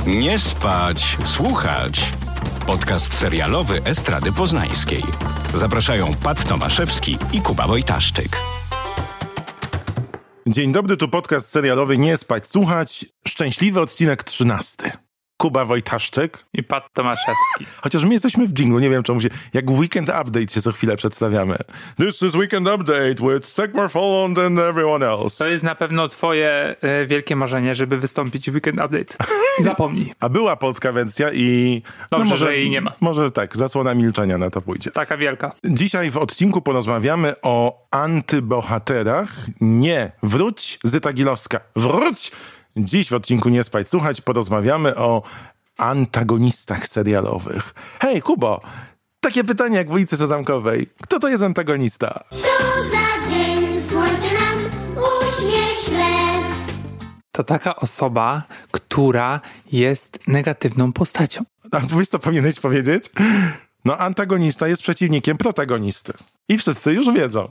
Nie spać, słuchać. Podcast serialowy Estrady Poznańskiej. Zapraszają Pat Tomaszewski i Kuba Wojtaszczyk. Dzień dobry, tu podcast serialowy Nie spać, słuchać. Szczęśliwy odcinek 13. Kuba Wojtaszczyk i Pat Tomaszewski. Chociaż my jesteśmy w dżinglu, nie wiem czemu się... Jak w Weekend Update się co chwilę przedstawiamy. This is Weekend Update with Sigmar Folland and everyone else. To jest na pewno twoje wielkie marzenie, żeby wystąpić w Weekend Update. Zapomnij. A była polska wersja i... Dobrze, może, że jej nie ma. Może tak, zasłona milczenia na to pójdzie. Taka wielka. Dzisiaj w odcinku porozmawiamy o antybohaterach. Nie, wróć, Zyta Gilowska. Wróć! Dziś w odcinku Nie spać, słuchać porozmawiamy o antagonistach serialowych. Hej, Kubo, takie pytanie jak w ulicy Sezamkowej. Kto to jest antagonista? Co za dzień, słońce nam uśmiech śle. To taka osoba, która jest negatywną postacią. A wiesz, co powinieneś powiedzieć? No, antagonista jest przeciwnikiem protagonisty. I wszyscy już wiedzą.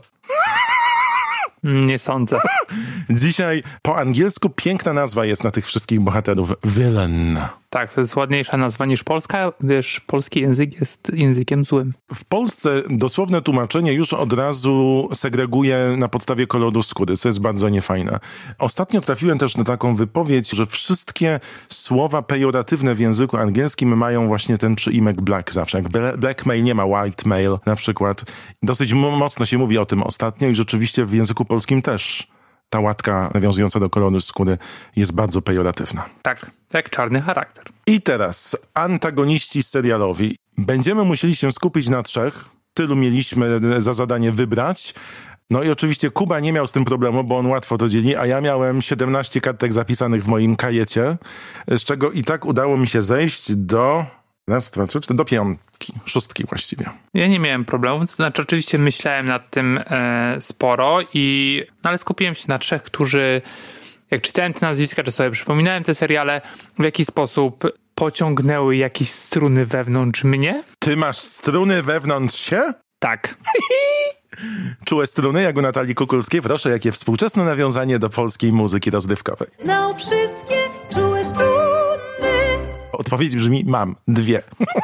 Nie sądzę. Dzisiaj po angielsku piękna nazwa jest na tych wszystkich bohaterów. Villain. Tak, to jest ładniejsza nazwa niż polska, gdyż polski język jest językiem złym. W Polsce dosłowne tłumaczenie już od razu segreguje na podstawie koloru skóry, co jest bardzo niefajne. Ostatnio trafiłem też na taką wypowiedź, że wszystkie słowa pejoratywne w języku angielskim mają właśnie ten przyimek black zawsze. Jak blackmail nie ma white mail na przykład. Dosyć mocno się mówi o tym ostatnio i rzeczywiście w języku polskim też ta łatka nawiązująca do koloru skóry jest bardzo pejoratywna. Tak, jak czarny charakter. I teraz antagoniści serialowi. Będziemy musieli się skupić na 3. Tylu mieliśmy za zadanie wybrać. No i oczywiście Kuba nie miał z tym problemu, bo on łatwo to dzieli, a ja miałem 17 kartek zapisanych w moim kajecie, z czego i tak udało mi się zejść do... 1, 2, 3, 4, do 5. 6 właściwie. Ja nie miałem problemu, to znaczy oczywiście myślałem nad tym sporo, ale skupiłem się na 3, którzy, jak czytałem te nazwiska, czy sobie przypominałem te seriale, w jakiś sposób pociągnęły jakieś struny wewnątrz mnie. Ty masz struny wewnątrz się? Tak. Czułe struny, jak u Natalii Kukulskiej. Proszę, jakie współczesne nawiązanie do polskiej muzyki rozrywkowej. Znał wszystkie czułe struny. Odpowiedź brzmi, mam 2.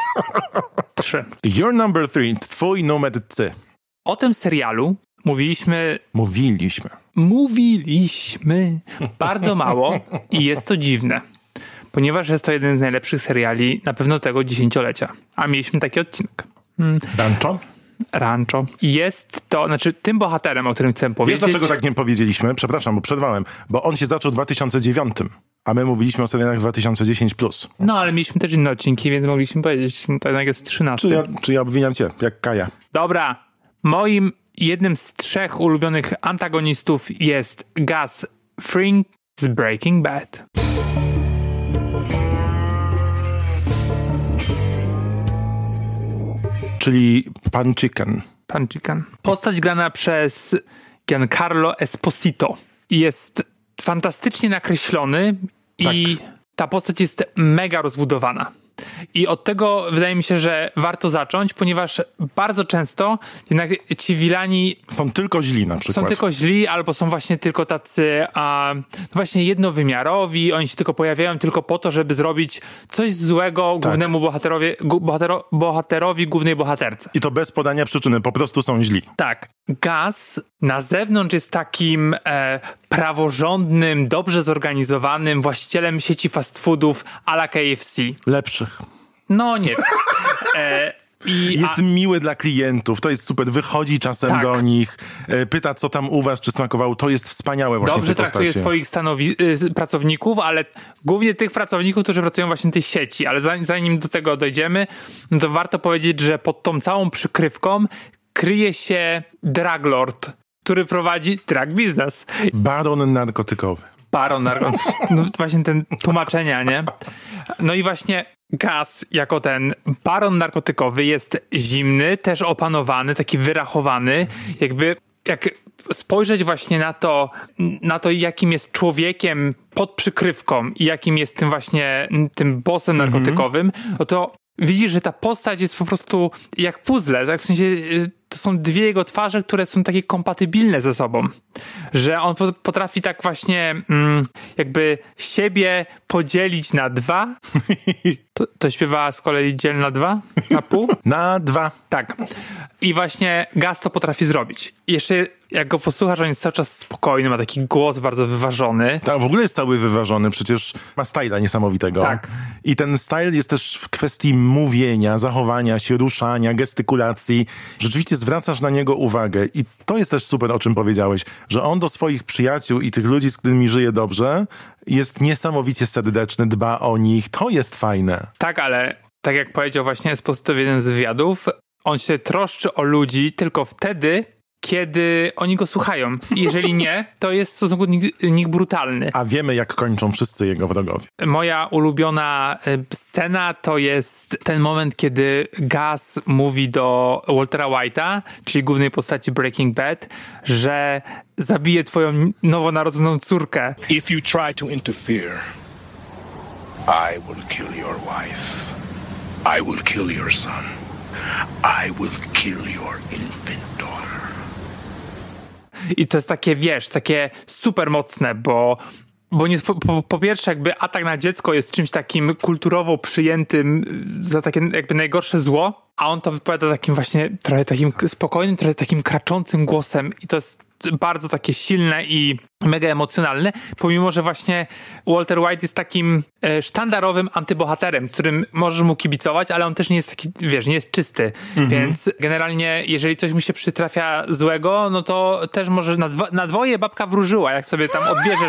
3. Your number 3, twój numer 3. O tym serialu mówiliśmy bardzo mało i jest to dziwne, ponieważ jest to jeden z najlepszych seriali na pewno tego 10-lecia. A mieliśmy taki odcinek. Rancho. Jest to, znaczy tym bohaterem, o którym chcę powiedzieć... Wiesz, dlaczego tak nie powiedzieliśmy? Przepraszam, bo przerwałem. Bo on się zaczął w 2009, a my mówiliśmy o serialach 2010+. No, ale mieliśmy też inne odcinki, więc mogliśmy powiedzieć, to jednak jest 13. Czy ja obwiniam cię, jak Kaja? Dobra. Moim jednym z 3 ulubionych antagonistów jest Gus Fring z Breaking Bad. Czyli Pan Chicken. Postać grana przez Giancarlo Esposito. Jest fantastycznie nakreślony i ta postać jest mega rozbudowana. I od tego wydaje mi się, że warto zacząć, ponieważ bardzo często jednak ci wilani są tylko źli na przykład. Są tylko źli, albo są właśnie tylko tacy właśnie jednowymiarowi. Oni się tylko pojawiają tylko po to, żeby zrobić coś złego głównemu bohaterowi, głównej bohaterce. I to bez podania przyczyny, po prostu są źli. Tak. Gus na zewnątrz jest takim praworządnym, dobrze zorganizowanym właścicielem sieci fast foodów a la KFC. Lepszych. No nie. Jest miły dla klientów, to jest super. Wychodzi czasem do nich, pyta, co tam u was, czy smakowało. To jest wspaniałe właśnie. Dobrze traktuje swoich pracowników, ale głównie tych pracowników, którzy pracują właśnie w tej sieci. Ale zanim do tego dojdziemy, no to warto powiedzieć, że pod tą całą przykrywką kryje się druglord, który prowadzi drug biznes. Baron narkotykowy. No właśnie ten tłumaczenia, nie? No i właśnie Gus jako ten baron narkotykowy jest zimny, też opanowany, taki wyrachowany, jakby jak spojrzeć właśnie na to jakim jest człowiekiem pod przykrywką i jakim jest tym właśnie tym bossem narkotykowym, no to widzisz, że ta postać jest po prostu jak puzzle, tak? W sensie to są dwie jego twarze, które są takie kompatybilne ze sobą. Że on potrafi tak właśnie jakby siebie podzielić na 2. To śpiewa z kolei dziel na 2? Na pół? Na 2. Tak. I właśnie Gus to potrafi zrobić. I jeszcze jak go posłuchasz, on jest cały czas spokojny, ma taki głos bardzo wyważony. Tak, w ogóle jest cały wyważony, przecież ma styla niesamowitego. Tak. I ten style jest też w kwestii mówienia, zachowania się, ruszania, gestykulacji. Rzeczywiście zwracasz na niego uwagę i to jest też super, o czym powiedziałeś, że on do swoich przyjaciół i tych ludzi, z którymi żyje dobrze, jest niesamowicie serdeczny, dba o nich. To jest fajne. Tak, ale tak jak powiedział właśnie Esposito w jednym z wywiadów, on się troszczy o ludzi tylko wtedy, kiedy oni go słuchają. Jeżeli nie, to jest w stosunku do nich brutalny. A wiemy, jak kończą wszyscy jego wrogowie. Moja ulubiona scena to jest ten moment, kiedy Gus mówi do Waltera White'a, czyli głównej postaci Breaking Bad, że zabije twoją nowonarodzoną córkę. If you try to interfere, I will kill your wife. I will kill your son. I will kill your infant daughter. I to jest takie, wiesz, takie super mocne, bo po pierwsze jakby atak na dziecko jest czymś takim kulturowo przyjętym za takie jakby najgorsze zło, a on to wypowiada takim właśnie trochę takim spokojnym, trochę takim kraczącym głosem i to jest bardzo takie silne i mega emocjonalne, pomimo, że właśnie Walter White jest takim sztandarowym antybohaterem, którym możesz mu kibicować, ale on też nie jest taki, wiesz, nie jest czysty, więc generalnie jeżeli coś mu się przytrafia złego, no to też może na dwoje babka wróżyła, jak sobie tam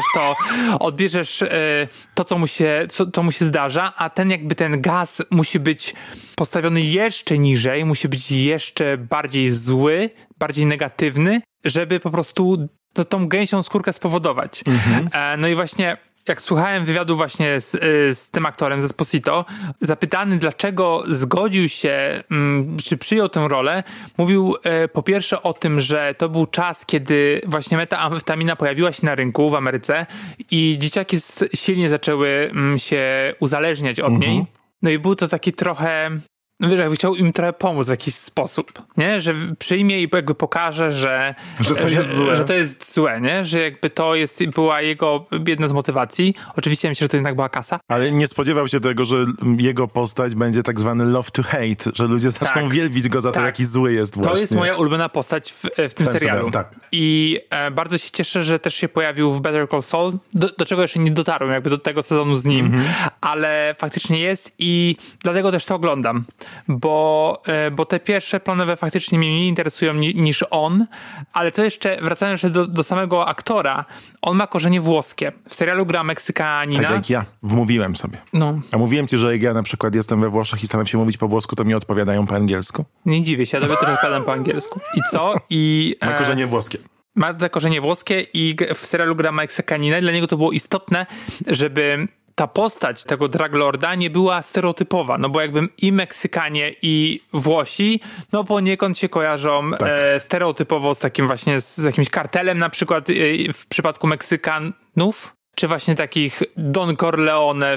odbierzesz to, co mu się zdarza, a ten Gus musi być postawiony jeszcze niżej, musi być jeszcze bardziej zły, bardziej negatywny, żeby po prostu tą gęsią skórkę spowodować. No i właśnie jak słuchałem wywiadu właśnie z tym aktorem, z Esposito, zapytany dlaczego zgodził się, czy przyjął tę rolę, mówił po pierwsze o tym, że to był czas, kiedy właśnie metamfetamina pojawiła się na rynku w Ameryce i dzieciaki silnie zaczęły się uzależniać od niej. No i był to taki trochę... No wiesz, jakby chciał im trochę pomóc w jakiś sposób, nie? Że przyjmie i jakby pokaże, że to jest złe, nie? Że jakby była jego jedna z motywacji. Oczywiście myślę, że to jednak była kasa. Ale nie spodziewał się tego, że jego postać będzie tak zwany love to hate, że ludzie zaczną wielbić go za to, jaki zły jest właśnie. To jest moja ulubiona postać w tym serialu. Tak. I bardzo się cieszę, że też się pojawił w Better Call Saul, do czego jeszcze nie dotarłem, jakby do tego sezonu z nim, ale faktycznie jest i dlatego też to oglądam. Bo te pierwsze planowe faktycznie mnie mniej interesują niż on, ale co jeszcze, wracając jeszcze do samego aktora, on ma korzenie włoskie. W serialu gra Meksykanina. Tak jak ja, wmówiłem sobie. No. A mówiłem ci, że jak ja na przykład jestem we Włoszech i staram się mówić po włosku, to mi odpowiadają po angielsku? Nie dziwię się, ja tobie też odpowiadam po angielsku. I co? Ma korzenie włoskie. Ma te korzenie włoskie i w serialu gra Meksykanina i dla niego to było istotne, żeby ta postać tego draglorda nie była stereotypowa, no bo jakby i Meksykanie i Włosi, no poniekąd się kojarzą stereotypowo z takim właśnie, z jakimś kartelem na przykład w przypadku Meksykanów, czy właśnie takich Don Corleone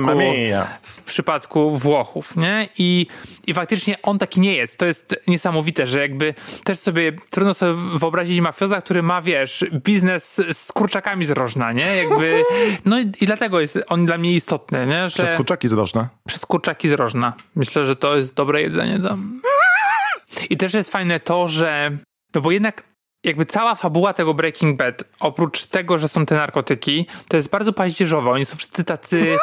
w przypadku Włochów, nie? I faktycznie on taki nie jest. To jest niesamowite, że jakby też trudno sobie wyobrazić mafioza, który ma, wiesz, biznes z kurczakami z Rożna, nie? Jakby, no i dlatego jest on dla mnie istotny, nie? Że przez kurczaki z Rożna? Przez kurczaki z Rożna. Myślę, że to jest dobre jedzenie tam. I też jest fajne to, że no bo jednak jakby cała fabuła tego Breaking Bad, oprócz tego, że są te narkotyki, to jest bardzo paździerzowa. Oni są wszyscy tacy,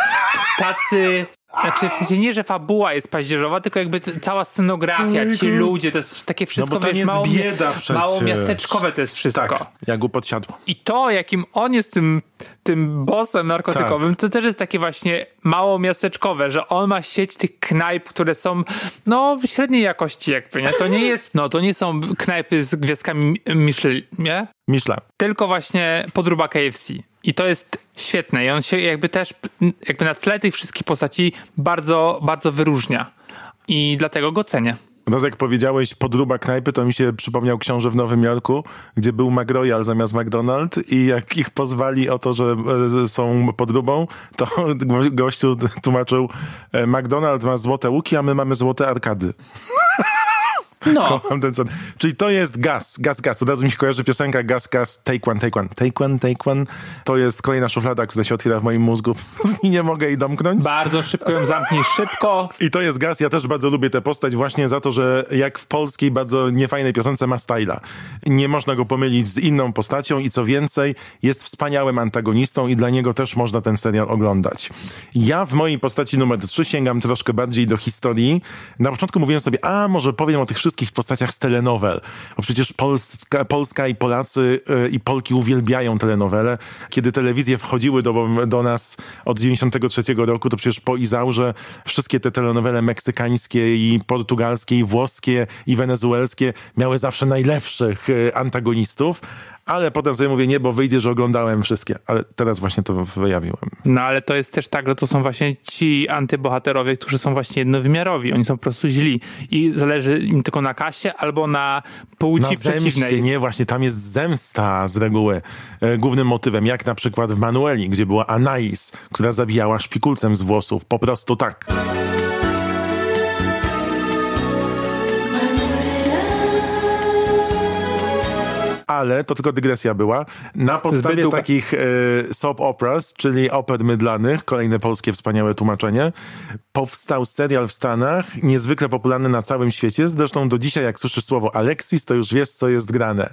znaczy w sensie nie, że fabuła jest paździerzowa, tylko jakby cała scenografia, ci ludzie, to jest takie wszystko, no wiesz, mało miasteczkowe to jest wszystko. Tak, jak podsiadło. I to, jakim on jest tym bossem narkotykowym, to też jest takie właśnie mało miasteczkowe, że on ma sieć tych knajp, które są średniej jakości jakby, nie? To nie są knajpy z gwiazdkami Michelin, nie? Tylko właśnie podróba KFC. I to jest świetne. I on się jakby też na tle tych wszystkich postaci bardzo, bardzo wyróżnia. I dlatego go cenię. Teraz jak powiedziałeś podróba knajpy, to mi się przypomniał Książę w Nowym Jorku, gdzie był McRoyal zamiast McDonald's i jak ich pozwali o to, że są podróbą, to gościu tłumaczył: McDonald's ma złote łuki, a my mamy złote arkady. No. Kocham ten serial. Czyli to jest Gas. Od razu mi się kojarzy piosenka Gas, take one. To jest kolejna szuflada, która się otwiera w moim mózgu i nie mogę jej domknąć. Bardzo szybko ją zamknij, szybko. I to jest Gas. Ja też bardzo lubię tę postać właśnie za to, że jak w polskiej bardzo niefajnej piosence ma styla. Nie można go pomylić z inną postacią i co więcej, jest wspaniałym antagonistą i dla niego też można ten serial oglądać. Ja w mojej postaci numer 3 sięgam troszkę bardziej do historii. Na początku mówiłem sobie, może powiem o tych wszystkich postaciach z telenowel, bo przecież Polska i Polacy i Polki uwielbiają telenowele. Kiedy telewizje wchodziły do nas od 93 roku, to przecież po Izaurze wszystkie te telenowele meksykańskie i portugalskie i włoskie i wenezuelskie miały zawsze najlepszych antagonistów, ale potem sobie mówię, nie, bo wyjdzie, że oglądałem wszystkie. Ale teraz właśnie to wyjawiłem. No ale to jest też tak, że to są właśnie ci antybohaterowie, którzy są właśnie jednowymiarowi. Oni są po prostu źli i zależy im tylko na kasie albo na płci przeciwnej. Zemście, nie, właśnie tam jest zemsta z reguły głównym motywem, jak na przykład w Manueli, gdzie była Anais, która zabijała szpikulcem z włosów. Po prostu tak. Ale to tylko dygresja była. Na podstawie takich soap operas, czyli oper mydlanych, kolejne polskie wspaniałe tłumaczenie, powstał serial w Stanach, niezwykle popularny na całym świecie. Zresztą do dzisiaj, jak słyszysz słowo Alexis, to już wiesz, co jest grane.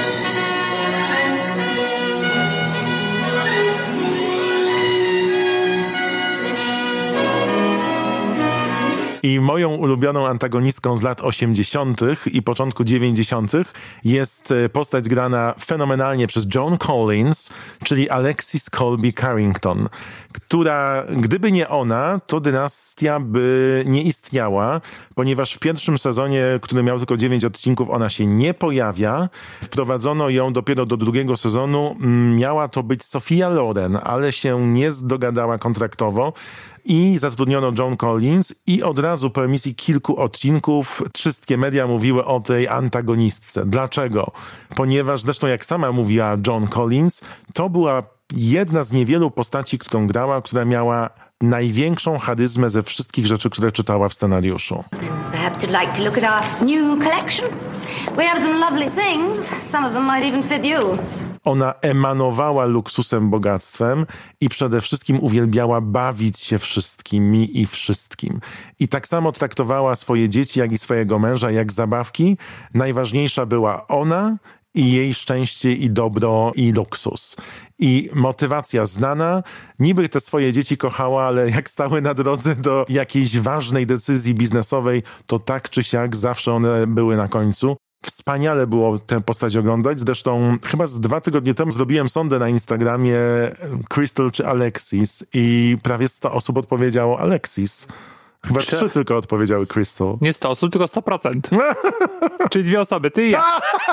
I moją ulubioną antagonistką z lat 80. i początku 90. jest postać grana fenomenalnie przez Joan Collins, czyli Alexis Colby Carrington, która, gdyby nie ona, to dynastia by nie istniała, ponieważ w pierwszym sezonie, który miał tylko 9 odcinków, ona się nie pojawia. Wprowadzono ją dopiero do drugiego sezonu. Miała to być Sophia Loren, ale się nie dogadała kontraktowo. I zatrudniono Joan Collins i od razu po emisji kilku odcinków wszystkie media mówiły o tej antagonistce. Dlaczego? Ponieważ zresztą jak sama mówiła Joan Collins, to była jedna z niewielu postaci, którą grała, która miała największą charyzmę ze wszystkich rzeczy, które czytała w scenariuszu. Perhaps you'd like to look at our new collection. We have some lovely things. Some of them might even fit you. Ona emanowała luksusem, bogactwem i przede wszystkim uwielbiała bawić się wszystkimi i wszystkim. I tak samo traktowała swoje dzieci, jak i swojego męża, jak zabawki. Najważniejsza była ona i jej szczęście i dobro i luksus. I motywacja znana, niby te swoje dzieci kochała, ale jak stały na drodze do jakiejś ważnej decyzji biznesowej, to tak czy siak zawsze one były na końcu. Wspaniale było tę postać oglądać. Zresztą chyba z 2 tygodnie temu zrobiłem sondę na Instagramie Crystal czy Alexis i prawie 100 osób odpowiedziało Alexis. Chyba 3 tylko odpowiedziały Crystal. Nie 100 osób, tylko 100%. Czyli 2 osoby, ty i ja.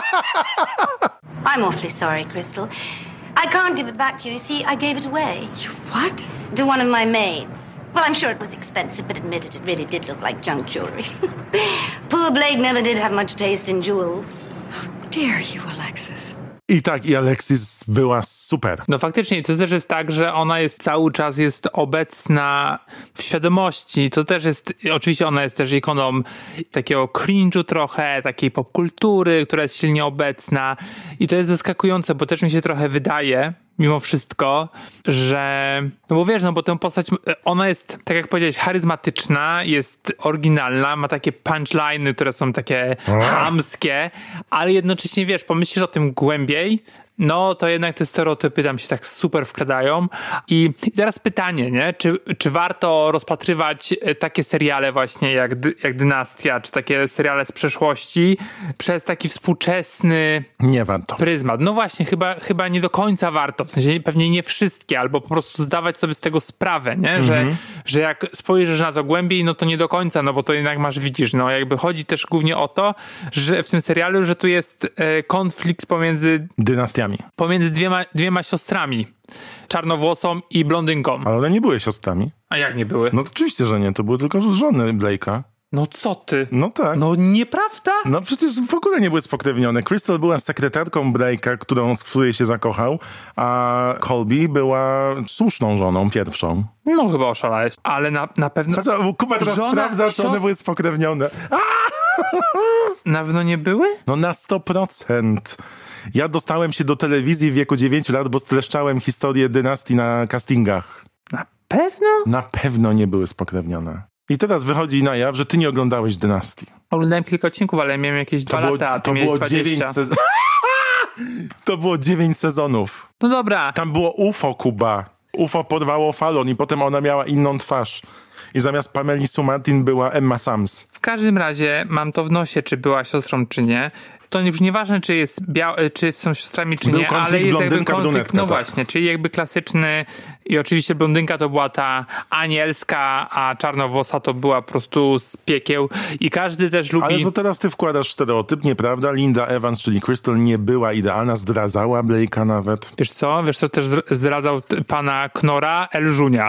I'm awfully sorry, Crystal. I can't give it back to you. You see, I gave it away. You what? To one of my maids. Well, I'm sure it was expensive, but admit it really did look like junk jewelry. Poor Blake never did have much taste in jewels. How dare you, Alexis? I tak, i Alexis była super. No faktycznie, to też jest tak, że ona jest cały czas jest obecna w świadomości. To też jest, oczywiście ona jest też ikoną takiego cringe'u trochę, takiej popkultury, która jest silnie obecna. I to jest zaskakujące, bo też mi się trochę wydaje, mimo wszystko, że, no bo wiesz, no bo tę postać, ona jest, tak jak powiedziałeś, charyzmatyczna, jest oryginalna, ma takie punchline'y, które są takie chamskie, ale jednocześnie, wiesz, pomyślisz o tym głębiej, no to jednak te stereotypy tam się tak super wkradają. I teraz pytanie, nie? Czy warto rozpatrywać takie seriale właśnie jak Dynastia, czy takie seriale z przeszłości przez taki współczesny nie warto. Pryzmat? No właśnie, chyba nie do końca warto. W sensie pewnie nie wszystkie, albo po prostu zdawać sobie z tego sprawę, nie? Że jak spojrzysz na to głębiej, no to nie do końca, no bo to jednak widzisz, no jakby chodzi też głównie o to, że w tym serialu, że tu jest konflikt pomiędzy dynastiami. Pomiędzy dwiema siostrami. Czarnowłosą i blondynką. Ale one nie były siostrami. A jak nie były? No oczywiście, że nie. To były tylko żony Blake'a. No co ty? No tak. No nieprawda? No przecież w ogóle nie były spokrewnione. Crystal była sekretarką Blake'a, w której się zakochał, a Colby była słuszną żoną, pierwszą. No chyba oszalałeś. Ale na pewno... Kuba teraz sprawdza, czy one były spokrewnione. Na pewno nie były? No na 100%. Ja dostałem się do telewizji w wieku 9 lat, bo streszczałem historię dynastii na castingach. Na pewno? Na pewno nie były spokrewnione. I teraz wychodzi na jaw, że ty nie oglądałeś dynastii. Oglądałem kilka odcinków, ale miałem jakieś 2 lata, a ty miałeś 20. To było 9 sezonów. No dobra. Tam było UFO, Kuba. UFO porwało Fallon i potem ona miała inną twarz. I zamiast Pameli Sue Martin była Emma Sams. W każdym razie mam to w nosie, czy była siostrą, czy nie. To już nieważne, czy jest czy są siostrami, czy Był nie, konflikt ale jest jakby blondyńka, konflikt, brunetka, no tak. właśnie, czyli jakby klasyczny i oczywiście blondynka to była ta anielska, a czarnowłosa to była po prostu z piekieł i każdy też lubi... Ale to teraz ty wkładasz stereotyp, nieprawda? Linda Evans, czyli Crystal, nie była idealna, zdradzała Blake'a nawet. Wiesz co też zdradzał pana Knora Elżunia.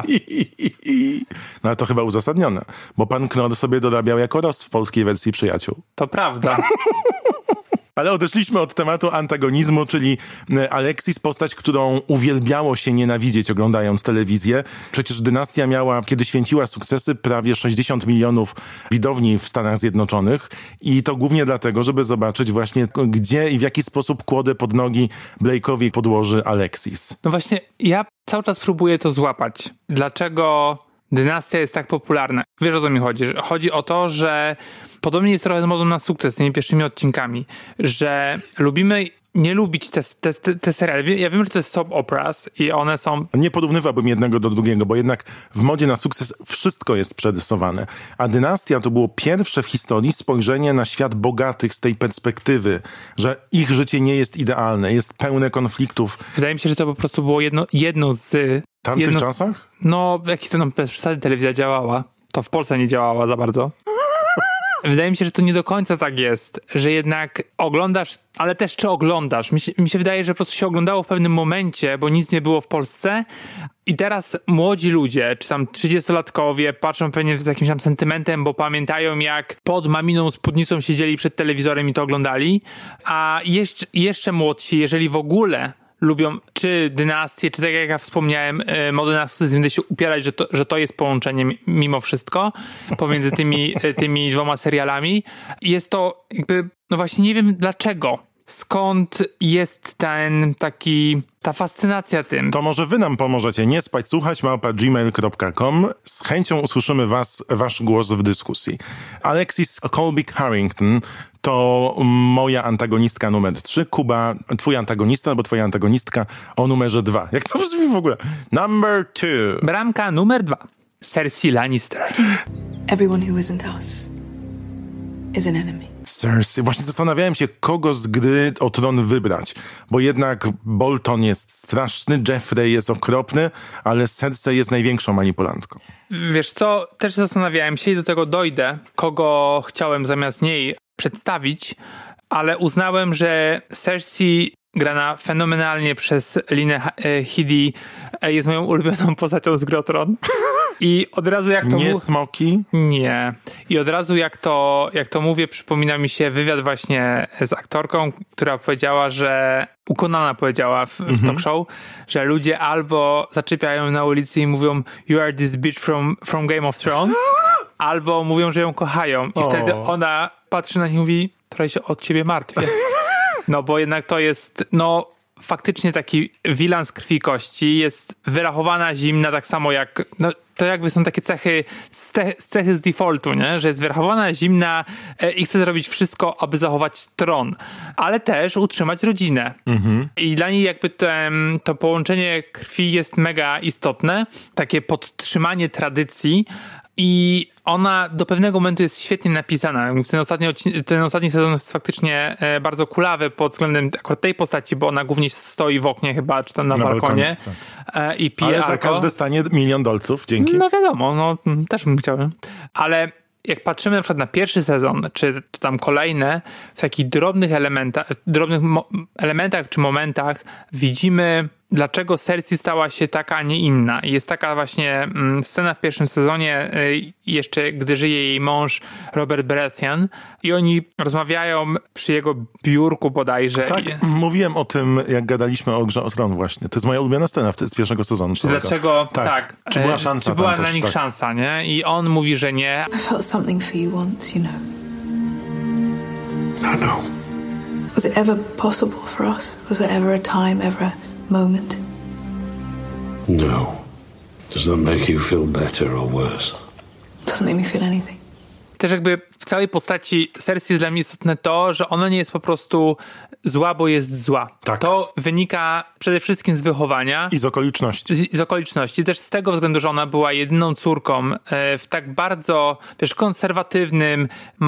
No ale to chyba uzasadnione, bo pan Knor sobie dorabiał jako Ross w polskiej wersji Przyjaciół. To prawda. Ale odeszliśmy od tematu antagonizmu, czyli Alexis, postać, którą uwielbiało się nienawidzieć oglądając telewizję. Przecież Dynastia miała, kiedy święciła sukcesy, prawie 60 milionów widowni w Stanach Zjednoczonych i to głównie dlatego, żeby zobaczyć właśnie gdzie i w jaki sposób kłodę pod nogi Blake'owi podłoży Alexis. No właśnie, ja cały czas próbuję to złapać. Dlaczego Dynastia jest tak popularna? Wiesz, o co mi chodzi? Chodzi o to, że podobnie jest trochę z modą na sukces z tymi pierwszymi odcinkami, że lubimy nie lubić te seriale. Ja wiem, że to jest soap operas i one są... Nie porównywałbym jednego do drugiego, bo jednak w modzie na sukces wszystko jest przerysowane. A Dynastia to było pierwsze w historii spojrzenie na świat bogatych z tej perspektywy, że ich życie nie jest idealne, jest pełne konfliktów. Wydaje mi się, że to po prostu było jedno z... W tamtych czasach? No, jak to bez przesady telewizja działała, to w Polsce nie działała za bardzo. Wydaje mi się, że to nie do końca tak jest, że jednak oglądasz, ale też czy oglądasz. Mi się wydaje, że po prostu się oglądało w pewnym momencie, bo nic nie było w Polsce i teraz młodzi ludzie, czy tam 30-latkowie patrzą pewnie z jakimś tam sentymentem, bo pamiętają jak pod maminą spódnicą siedzieli przed telewizorem i to oglądali, a jeszcze młodsi, jeżeli w ogóle lubią czy Dynastię, czy tak jak ja wspomniałem, modę na sukces, będę się upierać, że to jest połączenie mimo wszystko pomiędzy tymi dwoma serialami. Jest to jakby, no właśnie nie wiem dlaczego. Skąd jest ta fascynacja tym? To może wy nam pomożecie nie spać, słuchać @gmail.com. Z chęcią usłyszymy wasz głos w dyskusji. Alexis Colby Harrington to moja antagonistka numer 3. Kuba, twój antagonista albo twoja antagonistka o numerze 2. Jak to brzmi w ogóle? Number 2. Bramka numer 2. Cersei Lannister. Everyone who isn't us is an enemy. Cersei. Właśnie zastanawiałem się, kogo z Gry o Tron wybrać, bo jednak Bolton jest straszny, Joffrey jest okropny, ale Cersei jest największą manipulantką. Wiesz co, też zastanawiałem się i do tego dojdę, kogo chciałem zamiast niej przedstawić, ale uznałem, że Cersei grana fenomenalnie przez Linę Headey jest moją ulubioną postacią z Gry o Tron. I od razu jak to Nie smoki? Nie. I od razu jak to mówię, przypomina mi się wywiad właśnie z aktorką, która powiedziała, że Ukonana powiedziała w talk show, że ludzie albo zaczepiają na ulicy i mówią you are this bitch from Game of Thrones, albo mówią, że ją kochają. I wtedy ona patrzy na nich i mówi, trochę się od ciebie martwię. No bo jednak to jest, faktycznie taki wilan z krwi i kości, jest wyrachowana, zimna, tak samo jak, to jakby są takie cechy z defaultu, nie? Że jest wyrachowana, zimna i chce zrobić wszystko, aby zachować tron, ale też utrzymać rodzinę. I dla niej jakby to połączenie krwi jest mega istotne, takie podtrzymanie tradycji. I ona do pewnego momentu jest świetnie napisana. Ten ostatni sezon jest faktycznie bardzo kulawy pod względem akurat tej postaci, bo ona głównie stoi w oknie chyba, czy tam na balkonie tak. I pije ale za alkohol. każde stanie $1 milion, dzięki. No wiadomo, też bym chciał. Ale jak patrzymy na przykład na pierwszy sezon, czy tam kolejne, w takich drobnych elementach czy momentach widzimy, dlaczego Cersei stała się taka, a nie inna. I jest taka właśnie scena w pierwszym sezonie, jeszcze gdy żyje jej mąż Robert Baratheon i oni rozmawiają przy jego biurku bodajże. Tak, mówiłem o tym, jak gadaliśmy o Grze o Tron właśnie. To jest moja ulubiona scena z pierwszego sezonu. Dlaczego? Tak. Czy była szansa? Czy była dla nich szansa, nie? I on mówi, że nie. I felt something for you once, you know. I know. Was it ever possible for us? Was there ever a time, ever a moment? No. Does that make you feel better or worse? Doesn't make me feel anything. Też jakby w całej postaci Cersei jest dla mnie istotne to, że ona nie jest po prostu zła, bo jest zła. Tak. To wynika przede wszystkim z wychowania. I z okoliczności. Z okoliczności. Też z tego względu, że ona była jedyną córką w tak bardzo, konserwatywnym,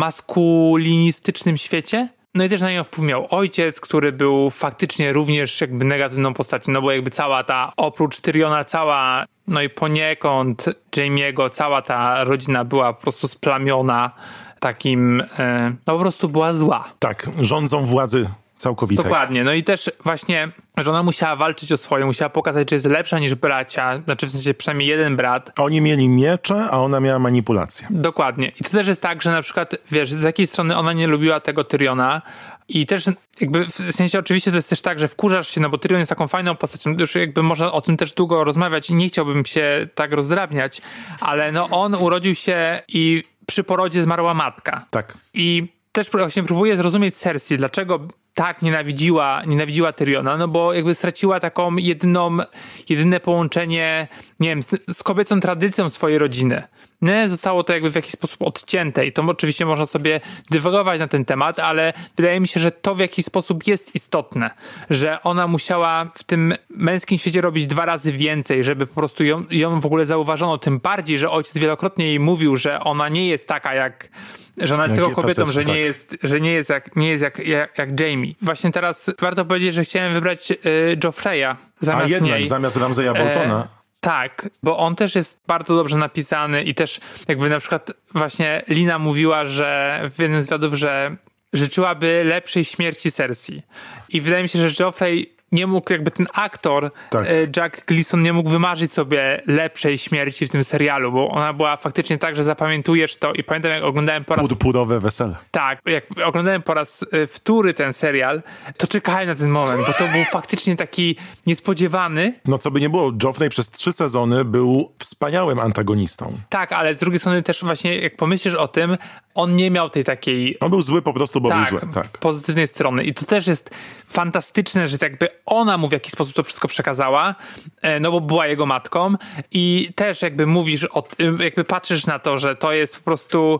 maskulinistycznym świecie. No i też na nią wpływ miał ojciec, który był faktycznie również jakby negatywną postacią, no bo jakby cała ta, oprócz Tyriona, cała, no i poniekąd Jaime'ego, cała ta rodzina była po prostu splamiona takim, no po prostu była zła. Tak, rządzą władzy całkowitej. Dokładnie, no i też właśnie, że ona musiała walczyć o swoje, musiała pokazać, że jest lepsza niż bracia, znaczy w sensie przynajmniej jeden brat. Oni mieli miecze, a ona miała manipulację. Dokładnie. I to też jest tak, że na przykład, wiesz, z jakiej strony ona nie lubiła tego Tyriona i też jakby w sensie oczywiście to jest też tak, że wkurzasz się, no bo Tyrion jest taką fajną postacią, już jakby można o tym też długo rozmawiać i nie chciałbym się tak rozdrabniać, ale no on urodził się i przy porodzie zmarła matka. Tak. I też właśnie próbuję zrozumieć Cersei, dlaczego tak nienawidziła Tyriona, no bo jakby straciła taką jedyne połączenie, nie wiem, z kobiecą tradycją swojej rodziny. Nie? Zostało to jakby w jakiś sposób odcięte i to oczywiście można sobie dywagować na ten temat, ale wydaje mi się, że to w jakiś sposób jest istotne, że ona musiała w tym męskim świecie robić 2 razy więcej, żeby po prostu ją w ogóle zauważono, tym bardziej, że ojciec wielokrotnie jej mówił, że ona nie jest taka że ona jest tylko kobietą, facet, że nie jest jak Jaime. Właśnie teraz warto powiedzieć, że chciałem wybrać Joffreya zamiast niej. Zamiast Ramsaya Boltona. Tak, bo on też jest bardzo dobrze napisany i też jakby na przykład właśnie Lina mówiła, że w jednym z wywiadów, że życzyłaby lepszej śmierci Cersei. I wydaje mi się, że Joffrey nie mógł, jakby ten aktor, tak. Jack Gleeson nie mógł wymarzyć sobie lepszej śmierci w tym serialu, bo ona była faktycznie tak, że zapamiętujesz to i pamiętam jak oglądałem po raz... Purpurowe wesele. Tak, jak oglądałem po raz wtóry ten serial, to czekałem na ten moment, bo to był faktycznie taki niespodziewany. No co by nie było, Joffrey przez 3 sezony był wspaniałym antagonistą. Tak, ale z drugiej strony też właśnie jak pomyślisz o tym, on nie miał tej takiej... On był zły po prostu, bo był zły. Tak, pozytywnej strony. I to też jest fantastyczne, że jakby ona mu w jakiś sposób to wszystko przekazała, no bo była jego matką i też jakby mówisz, jakby patrzysz na to, że to jest po prostu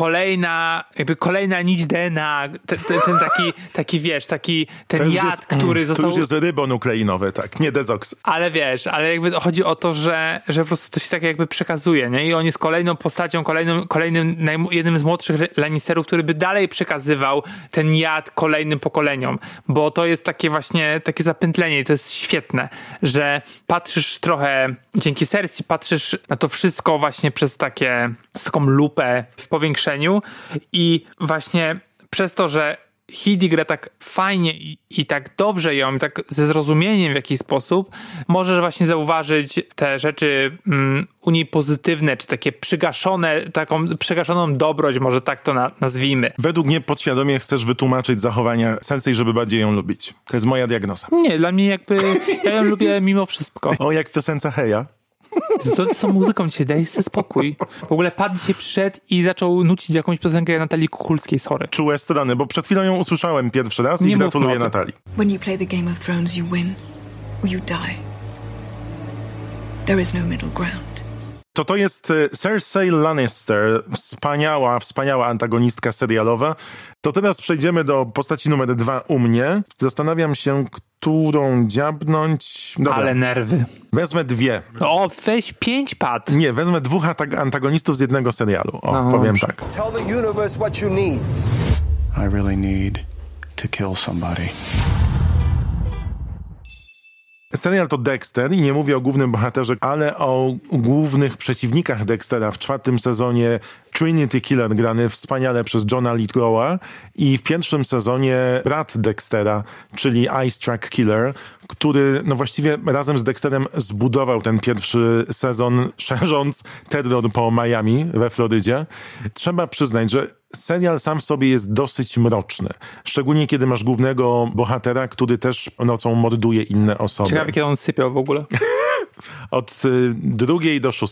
kolejna nić DNA, ten jad, który został... To już jest rybonukleinowym, tak, nie dezoks. Ale wiesz, ale jakby chodzi o to, że po prostu to się tak jakby przekazuje, nie? I on jest kolejną postacią, jednym z młodszych Lannisterów, który by dalej przekazywał ten jad kolejnym pokoleniom, bo to jest takie właśnie, takie zapętlenie i to jest świetne, że patrzysz trochę, dzięki Cersei patrzysz na to wszystko właśnie przez taką lupę w powiększeniu i właśnie przez to, że Hidi gra tak fajnie i tak dobrze ją, tak ze zrozumieniem w jakiś sposób, możesz właśnie zauważyć te rzeczy u niej pozytywne, czy takie taką przygaszoną dobroć, może tak to nazwijmy. Według mnie podświadomie chcesz wytłumaczyć zachowania Cersei, żeby bardziej ją lubić. To jest moja diagnoza. Nie, dla mnie jakby, ja ją lubię mimo wszystko. O, jak w piosence Heja. Z tą muzyką dzisiaj, daj sobie spokój. W ogóle Pat dzisiaj przyszedł i zaczął nucić jakąś piosenkę Natalii Kukulskiej, sorry. Czułe strony, bo przed chwilą ją usłyszałem pierwszy raz i gratuluję Natalii. When you play the Game of Thrones, you win or you die. There is no middle ground. To jest Cersei Lannister, wspaniała antagonistka serialowa. To teraz przejdziemy do postaci numer 2 u mnie. Zastanawiam się, którą dziabnąć. Dobra. Ale nerwy. Wezmę 2. O, weź 5, Pat. Nie, wezmę 2 antagonistów z jednego serialu. Powiem tak. Tell the universe what you need. I really need to kill somebody. Serial to Dexter i nie mówię o głównym bohaterze, ale o głównych przeciwnikach Dextera w 4. sezonie Trinity Killer grany wspaniale przez Johna Lithgowa i w 1. sezonie brat Dextera, czyli Ice Track Killer, który no właściwie razem z Dexterem zbudował ten 1. sezon, szerząc terror po Miami we Florydzie. Trzeba przyznać, że serial sam w sobie jest dosyć mroczny. Szczególnie kiedy masz głównego bohatera, który też nocą morduje inne osoby. Ciekawe, kiedy on sypiał w ogóle. Od 2 do 6.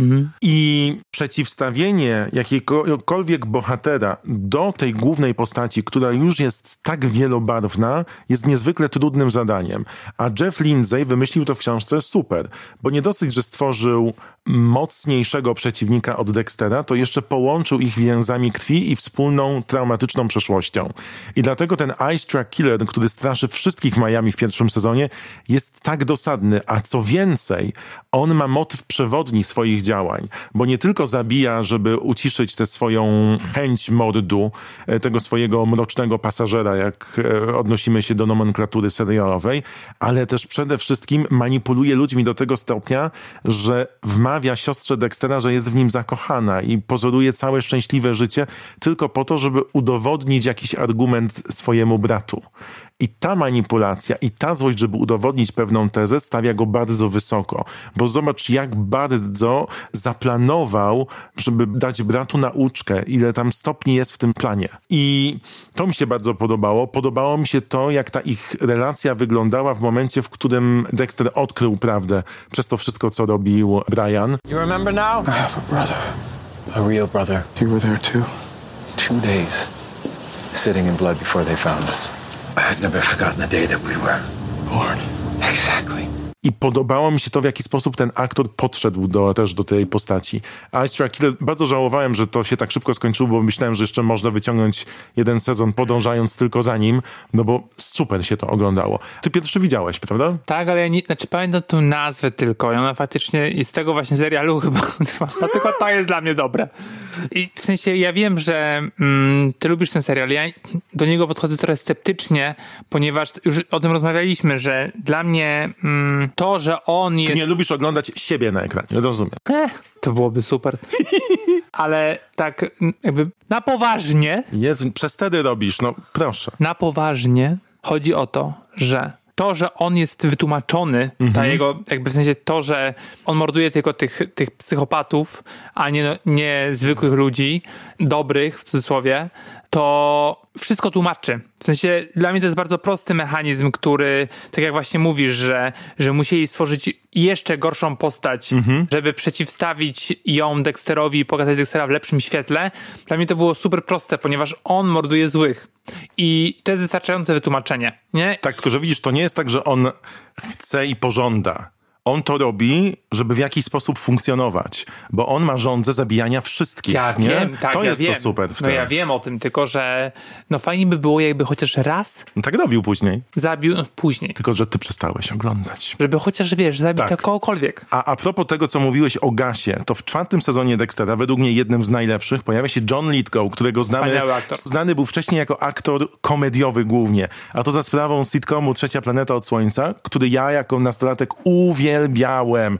I przeciwstawienie jakiegokolwiek bohatera do tej głównej postaci, która już jest tak wielobarwna, jest niezwykle trudnym zadaniem. A Jeff Lindsay wymyślił to w książce super, bo nie dosyć, że stworzył mocniejszego przeciwnika od Dextera, to jeszcze połączył ich więzami krwi i wspólną traumatyczną przeszłością. I dlatego ten Ice Truck Killer, który straszy wszystkich w Miami w pierwszym sezonie, jest tak dosadny, a co więcej, on ma motyw przewodni swoich działań, bo nie tylko zabija, żeby uciszyć tę swoją chęć mordu, tego swojego mrocznego pasażera, jak odnosimy się do nomenklatury serialowej, ale też przede wszystkim manipuluje ludźmi do tego stopnia, że wmawia siostrze Dextera, że jest w nim zakochana i pozoruje całe szczęśliwe życie tylko po to, żeby udowodnić jakiś argument swojemu bratu. I ta manipulacja i ta złość, żeby udowodnić pewną tezę, stawia go bardzo wysoko. Bo zobacz, jak bardzo zaplanował, żeby dać bratu nauczkę, ile tam stopni jest w tym planie. I to mi się bardzo podobało. Podobało mi się to, jak ta ich relacja wyglądała w momencie, w którym Dexter odkrył prawdę przez to wszystko, co robił Brian. You remember now? I have a brother. A real brother. You were there too. 2 days. Sitting in blood before they found us. I had never forgotten the day that we were born. Exactly. I podobało mi się to, w jaki sposób ten aktor podszedł też do tej postaci. Ice Truck Killer, bardzo żałowałem, że to się tak szybko skończyło, bo myślałem, że jeszcze można wyciągnąć jeden sezon, podążając tylko za nim, no bo super się to oglądało. Ty pierwszy widziałeś, prawda? Tak, ale ja pamiętam tą nazwę tylko i ona faktycznie i z tego właśnie serialu chyba tylko to jest dla mnie dobre. I w sensie ja wiem, że ty lubisz ten serial, ja do niego podchodzę trochę sceptycznie, ponieważ już o tym rozmawialiśmy, że dla mnie to, że on jest... Ty nie lubisz oglądać siebie na ekranie, rozumiem. To byłoby super. Ale tak jakby na poważnie... Jezu, przez wtedy robisz, no proszę. Na poważnie chodzi o to, że on jest wytłumaczony, ta jego, jakby w sensie to, że on morduje tylko tych psychopatów, a nie zwykłych ludzi, dobrych w cudzysłowie, to wszystko tłumaczy. W sensie dla mnie to jest bardzo prosty mechanizm, który, tak jak właśnie mówisz, że musieli stworzyć jeszcze gorszą postać, żeby przeciwstawić ją Dexterowi i pokazać Dextera w lepszym świetle. Dla mnie to było super proste, ponieważ on morduje złych. I to jest wystarczające wytłumaczenie, nie? Tak, tylko że widzisz, to nie jest tak, że on chce i pożąda. On to robi, żeby w jakiś sposób funkcjonować, bo on ma żądzę zabijania wszystkich. Ja nie? wiem, tak, to ja jest wiem. to super w tym. No ja wiem o tym, tylko że fajnie by było, jakby chociaż raz No tak robił później. zabił, później. Tylko że ty przestałeś oglądać. Żeby chociaż, zabić Tak. kogokolwiek. A propos tego, co mówiłeś o Gasie, to w 4. sezonie Dextera, według mnie jednym z najlepszych, pojawia się John Lithgow, którego znany był wcześniej jako aktor komediowy głównie. A to za sprawą sitcomu Trzecia planeta od Słońca, który ja jako nastolatek uwielbiałem.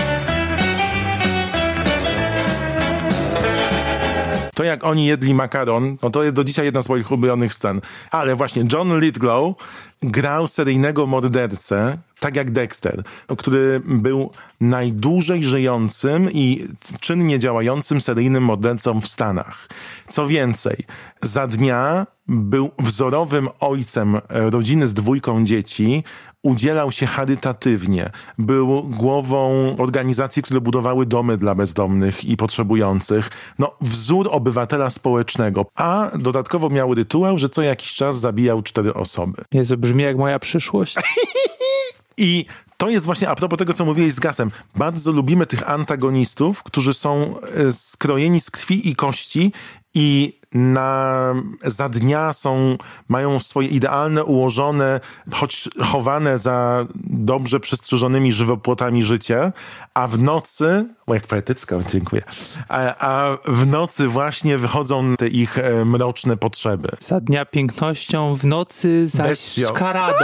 To jak oni jedli makaron, no to jest do dzisiaj jedna z moich ulubionych scen. Ale właśnie John Lithgow grał seryjnego mordercę, tak jak Dexter, który był najdłużej żyjącym i czynnie działającym seryjnym mordercą w Stanach. Co więcej, za dnia był wzorowym ojcem rodziny z 2 dzieci, udzielał się charytatywnie, był głową organizacji, które budowały domy dla bezdomnych i potrzebujących. No, wzór obywatela społecznego. A dodatkowo miał rytuał, że co jakiś czas zabijał 4 osoby. Jezu, brzmi jak moja przyszłość. I to jest właśnie a propos tego, co mówiłeś z Gasem. Bardzo lubimy tych antagonistów, którzy są skrojeni z krwi i kości i za dnia mają swoje idealne, ułożone, choć chowane za dobrze przystrzyżonymi żywopłotami życie, a w nocy, jak poetycko, dziękuję, a w nocy właśnie wychodzą te ich mroczne potrzeby. Za dnia pięknością, w nocy zaś Bestią. szkaradą.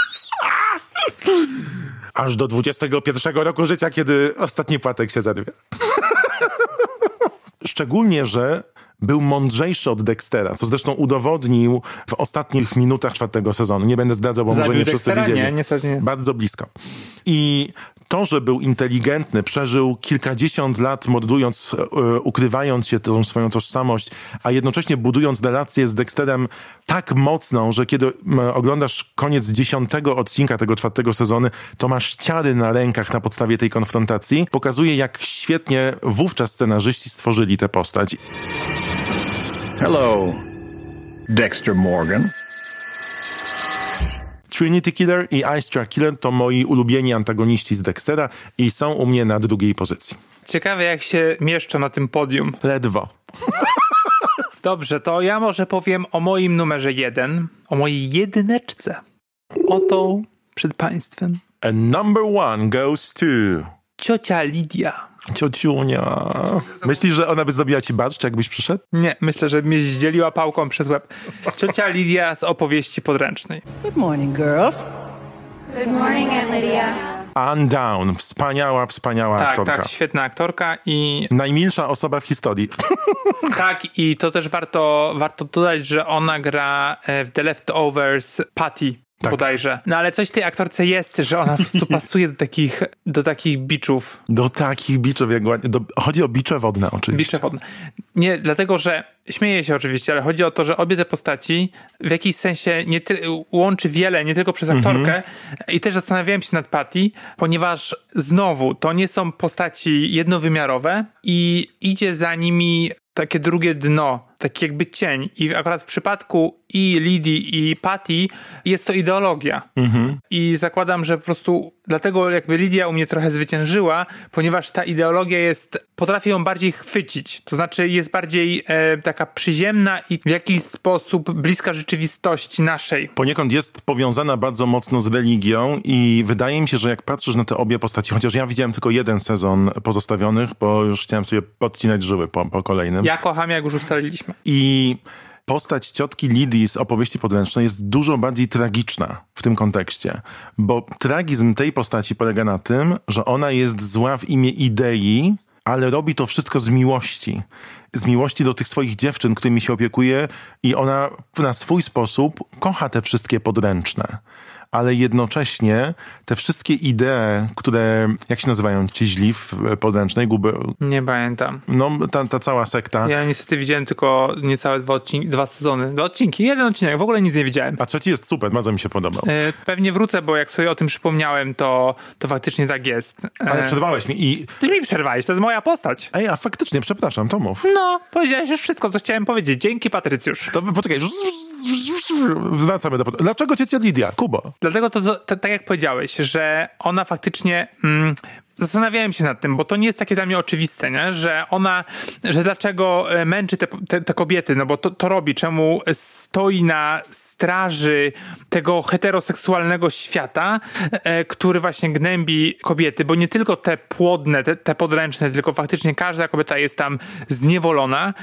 Aż do 21 roku życia, kiedy ostatni płatek się zerwie. Szczególnie, że był mądrzejszy od Dextera, co zresztą udowodnił w ostatnich minutach 4. sezonu. Nie będę zdradzał, bo może nie wszyscy widzieli. Nie, niestety nie. Bardzo blisko. I To, że był inteligentny, przeżył kilkadziesiąt lat mordując, ukrywając się tą swoją tożsamość, a jednocześnie budując relację z Dexterem tak mocną, że kiedy oglądasz koniec 10. odcinka tego 4. sezonu, to masz ciary na rękach na podstawie tej konfrontacji. Pokazuje, jak świetnie wówczas scenarzyści stworzyli tę postać. Hello, Dexter Morgan. Trinity Killer i Ice Truck Killer to moi ulubieni antagoniści z Dextera i są u mnie na 2. pozycji. Ciekawe, jak się mieszczą na tym podium. Ledwo. Dobrze, to ja może powiem o moim numerze 1, o mojej jedyneczce. Oto przed państwem. And number 1 goes to... Ciocia Lidia. Ciociunia. Myślisz, że ona by zdobiła ci barszcz, jakbyś przyszedł? Nie, myślę, że mnie zdzieliła pałką przez łeb. Ciocia Lidia z opowieści podręcznej. Good morning, girls. Good morning, Aunt Lydia. Anne Down. Wspaniała aktorka. Tak, świetna aktorka i... Najmilsza osoba w historii. Tak, i to też warto dodać, że ona gra w The Leftovers Patty. Tak. Bodajże. No ale coś w tej aktorce jest, że ona po prostu pasuje do takich biczów. Do takich biczów, jak ładnie. Chodzi o bicze wodne oczywiście. Bicze wodne. Nie, dlatego, że śmieję się oczywiście, ale chodzi o to, że obie te postaci w jakiś sensie łączy wiele, nie tylko przez aktorkę. I też zastanawiałem się nad Patty, ponieważ znowu to nie są postaci jednowymiarowe i idzie za nimi takie drugie dno, taki jakby cień. I akurat w przypadku i Lidii i Patty jest to ideologia. I zakładam, że po prostu dlatego jakby Lidia u mnie trochę zwyciężyła, ponieważ ta ideologia potrafi ją bardziej chwycić. To znaczy jest bardziej taka przyziemna i w jakiś sposób bliska rzeczywistości naszej. Poniekąd jest powiązana bardzo mocno z religią i wydaje mi się, że jak patrzysz na te obie postaci, chociaż ja widziałem tylko jeden sezon pozostawionych, bo już chciałem sobie podcinać żyły po kolejnym. Ja kocham, jak już ustaliliśmy. I postać ciotki Lidii z opowieści podręcznej jest dużo bardziej tragiczna w tym kontekście, bo tragizm tej postaci polega na tym, że ona jest zła w imię idei, ale robi to wszystko z miłości. Z miłości do tych swoich dziewczyn, którymi się opiekuje i ona na swój sposób kocha te wszystkie podręczne. Ale jednocześnie te wszystkie idee, które, jak się nazywają ci źli w podręcznej, Nie pamiętam. No, ta cała sekta. Ja niestety widziałem tylko niecałe 2 sezony. 2 odcinki, 1 odcinek, w ogóle nic nie widziałem. A 3 jest super, bardzo mi się podobał. Pewnie wrócę, bo jak sobie o tym przypomniałem, to faktycznie tak jest. Ale przerwałeś mi i... Ty mi przerwałeś, to jest moja postać. Ej, a faktycznie, przepraszam, to mów. No, powiedziałeś już wszystko, co chciałem powiedzieć. Dzięki, Patrycjusz. To poczekaj, wracamy do... Dlaczego ciocia Lidia? Kubo? Dlatego tak jak powiedziałeś, że ona faktycznie... Zastanawiałem się nad tym, bo to nie jest takie dla mnie oczywiste, nie? Że dlaczego męczy te kobiety, no bo to robi, czemu stoi na straży tego heteroseksualnego świata, który właśnie gnębi kobiety, bo nie tylko te płodne, te podręczne, tylko faktycznie każda kobieta jest tam zniewolona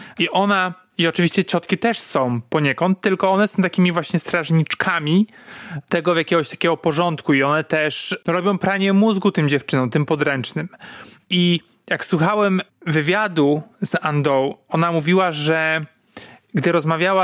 i oczywiście ciotki też są poniekąd, tylko one są takimi właśnie strażniczkami tego jakiegoś takiego porządku i one też robią pranie mózgu tym dziewczynom, tym podręcznym. I jak słuchałem wywiadu z Andą, ona mówiła, że gdy rozmawiała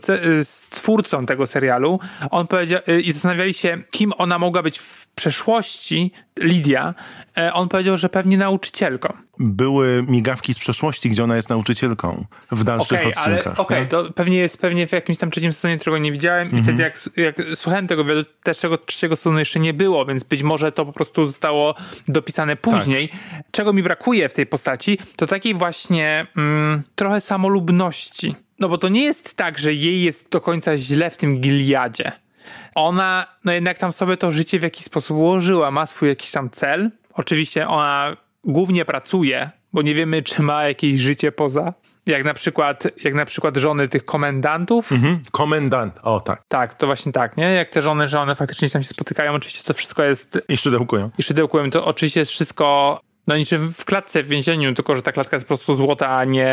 z twórcą tego serialu, on powiedział i zastanawiali się, kim ona mogła być w przeszłości, Lidia, on powiedział, że pewnie nauczycielką. Były migawki z przeszłości, gdzie ona jest nauczycielką w dalszych odcinkach. To pewnie w jakimś tam 3. sezonie, którego nie widziałem i wtedy jak słuchałem tego wywiadu, też tego 3. sezonu jeszcze nie było, więc być może to po prostu zostało dopisane później. Tak. Czego mi brakuje w tej postaci, to takiej właśnie trochę samolubności. No bo to nie jest tak, że jej jest do końca źle w tym Gileadzie. Ona, no jednak tam sobie to życie w jakiś sposób ułożyła, ma swój jakiś tam cel. Oczywiście ona głównie pracuje, bo nie wiemy, czy ma jakieś życie poza. Jak na przykład żony tych komendantów. Komendant, o tak. Tak, to właśnie tak, nie? Jak te żony, że one faktycznie tam się spotykają, oczywiście to wszystko jest... I szydełkują. To oczywiście jest wszystko, no niczym w klatce w więzieniu, tylko że ta klatka jest po prostu złota,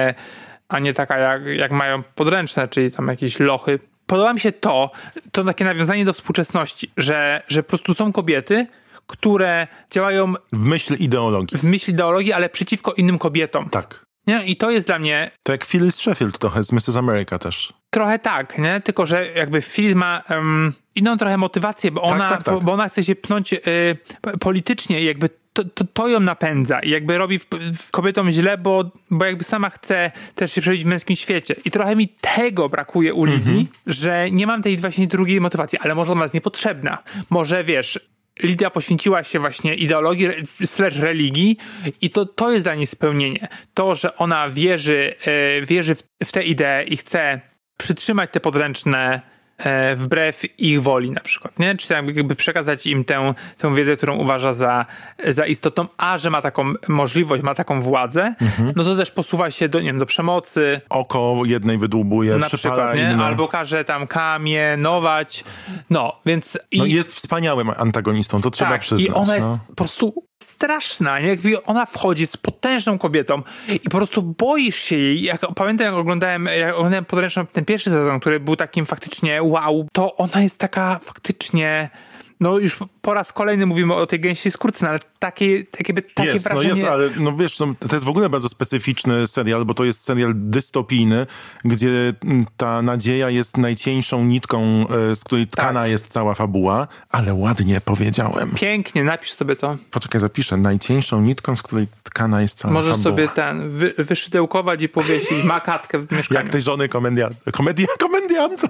a nie taka jak mają podręczne, czyli tam jakieś lochy. Podoba mi się to takie nawiązanie do współczesności, że po prostu są kobiety, które działają... W myśl ideologii, ale przeciwko innym kobietom. Tak. Nie? I to jest dla mnie... To jak Phyllis Sheffield trochę z Mrs. America też. Trochę tak, nie? Tylko że jakby Phyllis ma inną trochę motywację, bo ona chce się pnąć politycznie i jakby to ją napędza i jakby robi kobietom źle, bo jakby sama chce też się przebić w męskim świecie. I trochę mi tego brakuje u Lidii, że nie mam tej właśnie drugiej motywacji, ale może ona jest niepotrzebna. Może wiesz, Lidia poświęciła się właśnie ideologii / religii i to jest dla niej spełnienie. To, że ona wierzy w tę ideę i chce przytrzymać te podręczne wbrew ich woli na przykład, nie? Czy jakby przekazać im tę wiedzę, którą uważa za istotną, a że ma taką możliwość, ma taką władzę, no to też posuwa się do przemocy. Oko jednej wydłubuje, na przypala przykład, inną. Albo każe tam kamienować. No, więc... jest wspaniałym antagonistą, to trzeba przyznać. I ona jest po prostu straszna, nie? Jakby ona wchodzi z potężną kobietą i po prostu boisz się jej. Pamiętam, jak oglądałem podręczną ten pierwszy sezon, który był takim faktycznie wow, to ona jest taka faktycznie... No już po raz kolejny mówimy o tej gęsiej skórce, ale takie wrażenie... Jest, ale no wiesz, to jest w ogóle bardzo specyficzny serial, bo to jest serial dystopijny, gdzie ta nadzieja jest najcieńszą nitką, z której tkana jest cała fabuła, ale ładnie powiedziałem. Pięknie, napisz sobie to. Poczekaj, zapiszę. Najcieńszą nitką, z której tkana jest cała fabuła. Możesz sobie wyszydełkować i powiesić makatkę w mieszkaniu. Jak tej żony komediantu.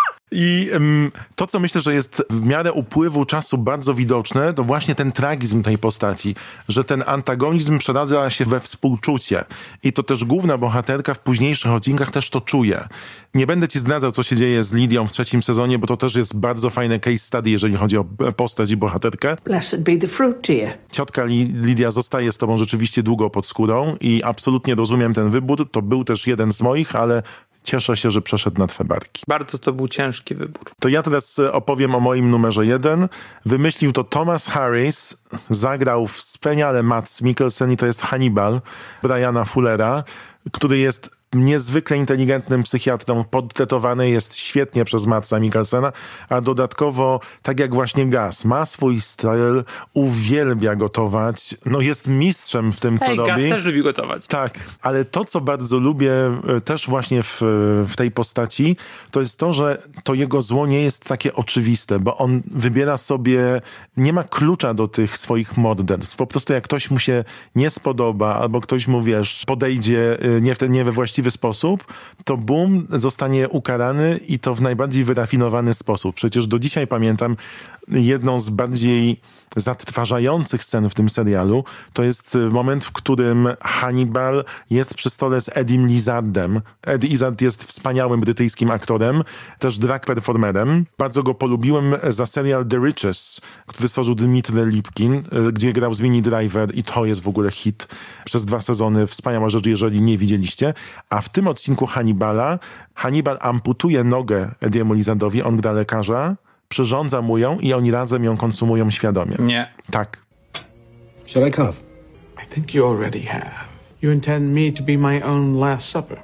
I to, co myślę, że jest w miarę upływu czasu bardzo widoczne, to właśnie ten tragizm tej postaci, że ten antagonizm przeradza się we współczucie. I to też główna bohaterka w późniejszych odcinkach też to czuje. Nie będę ci zdradzał, co się dzieje z Lidią w 3. sezonie, bo to też jest bardzo fajne case study, jeżeli chodzi o postać i bohaterkę. Blessed be the fruit, dear. Ciotka Lidia zostaje z tobą rzeczywiście długo pod skórą i absolutnie rozumiem ten wybór. To był też jeden z moich, ale cieszę się, że przeszedł na twe barki. Bardzo to był ciężki wybór. To ja teraz opowiem o moim numerze 1. Wymyślił to Thomas Harris, zagrał wspaniale Mads Mikkelsen i to jest Hannibal Briana Fullera, który jest niezwykle inteligentnym psychiatrą, podtetowany jest świetnie przez Madsa Mikkelsena, a dodatkowo, tak jak właśnie Gus, ma swój styl, uwielbia gotować, no jest mistrzem w tym, co robi. Gus też lubi gotować. Tak, ale to, co bardzo lubię też właśnie w tej postaci, to jest to, że to jego zło nie jest takie oczywiste, bo on wybiera sobie, nie ma klucza do tych swoich morderstw. Po prostu jak ktoś mu się nie spodoba, albo ktoś mu, wiesz, podejdzie nie we właściwy sposób, to boom, zostanie ukarany i to w najbardziej wyrafinowany sposób. Przecież do dzisiaj pamiętam jedną z bardziej zatrważających scen w tym serialu, to jest moment, w którym Hannibal jest przy stole z Edim Lizardem. Ed Izzard jest wspaniałym brytyjskim aktorem, też drag performerem. Bardzo go polubiłem za serial The Riches, który stworzył Dmitry Lipkin, gdzie grał z Minnie Driver i to jest w ogóle hit przez 2 sezony. Wspaniała rzecz, jeżeli nie widzieliście. A w tym odcinku Hannibal amputuje nogę Ediemu Lizardowi, on gra lekarza, przyrządza mu ją i oni razem ją konsumują świadomie. Nie. Tak. Shall I carve? I think you already have. You intend me to be my own last supper?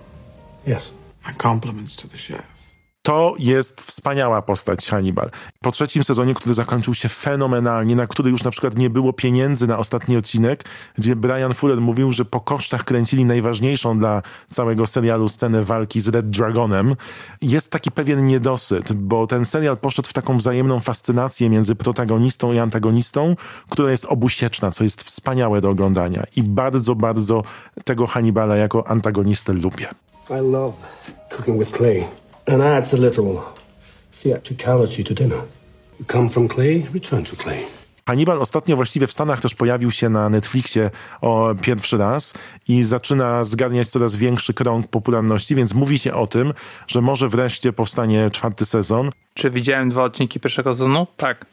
Yes. My compliments to the chef. To jest wspaniała postać Hannibal. Po 3. sezonie, który zakończył się fenomenalnie, na który już na przykład nie było pieniędzy na ostatni odcinek, gdzie Brian Fuller mówił, że po kosztach kręcili najważniejszą dla całego serialu scenę walki z Red Dragonem. Jest taki pewien niedosyt, bo ten serial poszedł w taką wzajemną fascynację między protagonistą i antagonistą, która jest obusieczna, co jest wspaniałe do oglądania. I bardzo, bardzo tego Hannibala jako antagonistę lubię. I love cooking with clay. And adds a little theatricality to dinner. You come from clay, return to clay. Hannibal ostatnio właściwie w Stanach też pojawił się na Netflixie pierwszy raz i zaczyna zgarniać coraz większy krąg popularności, więc mówi się o tym, że może wreszcie powstanie 4. sezon. Czy widziałem 2 odcinki pierwszego sezonu? Tak.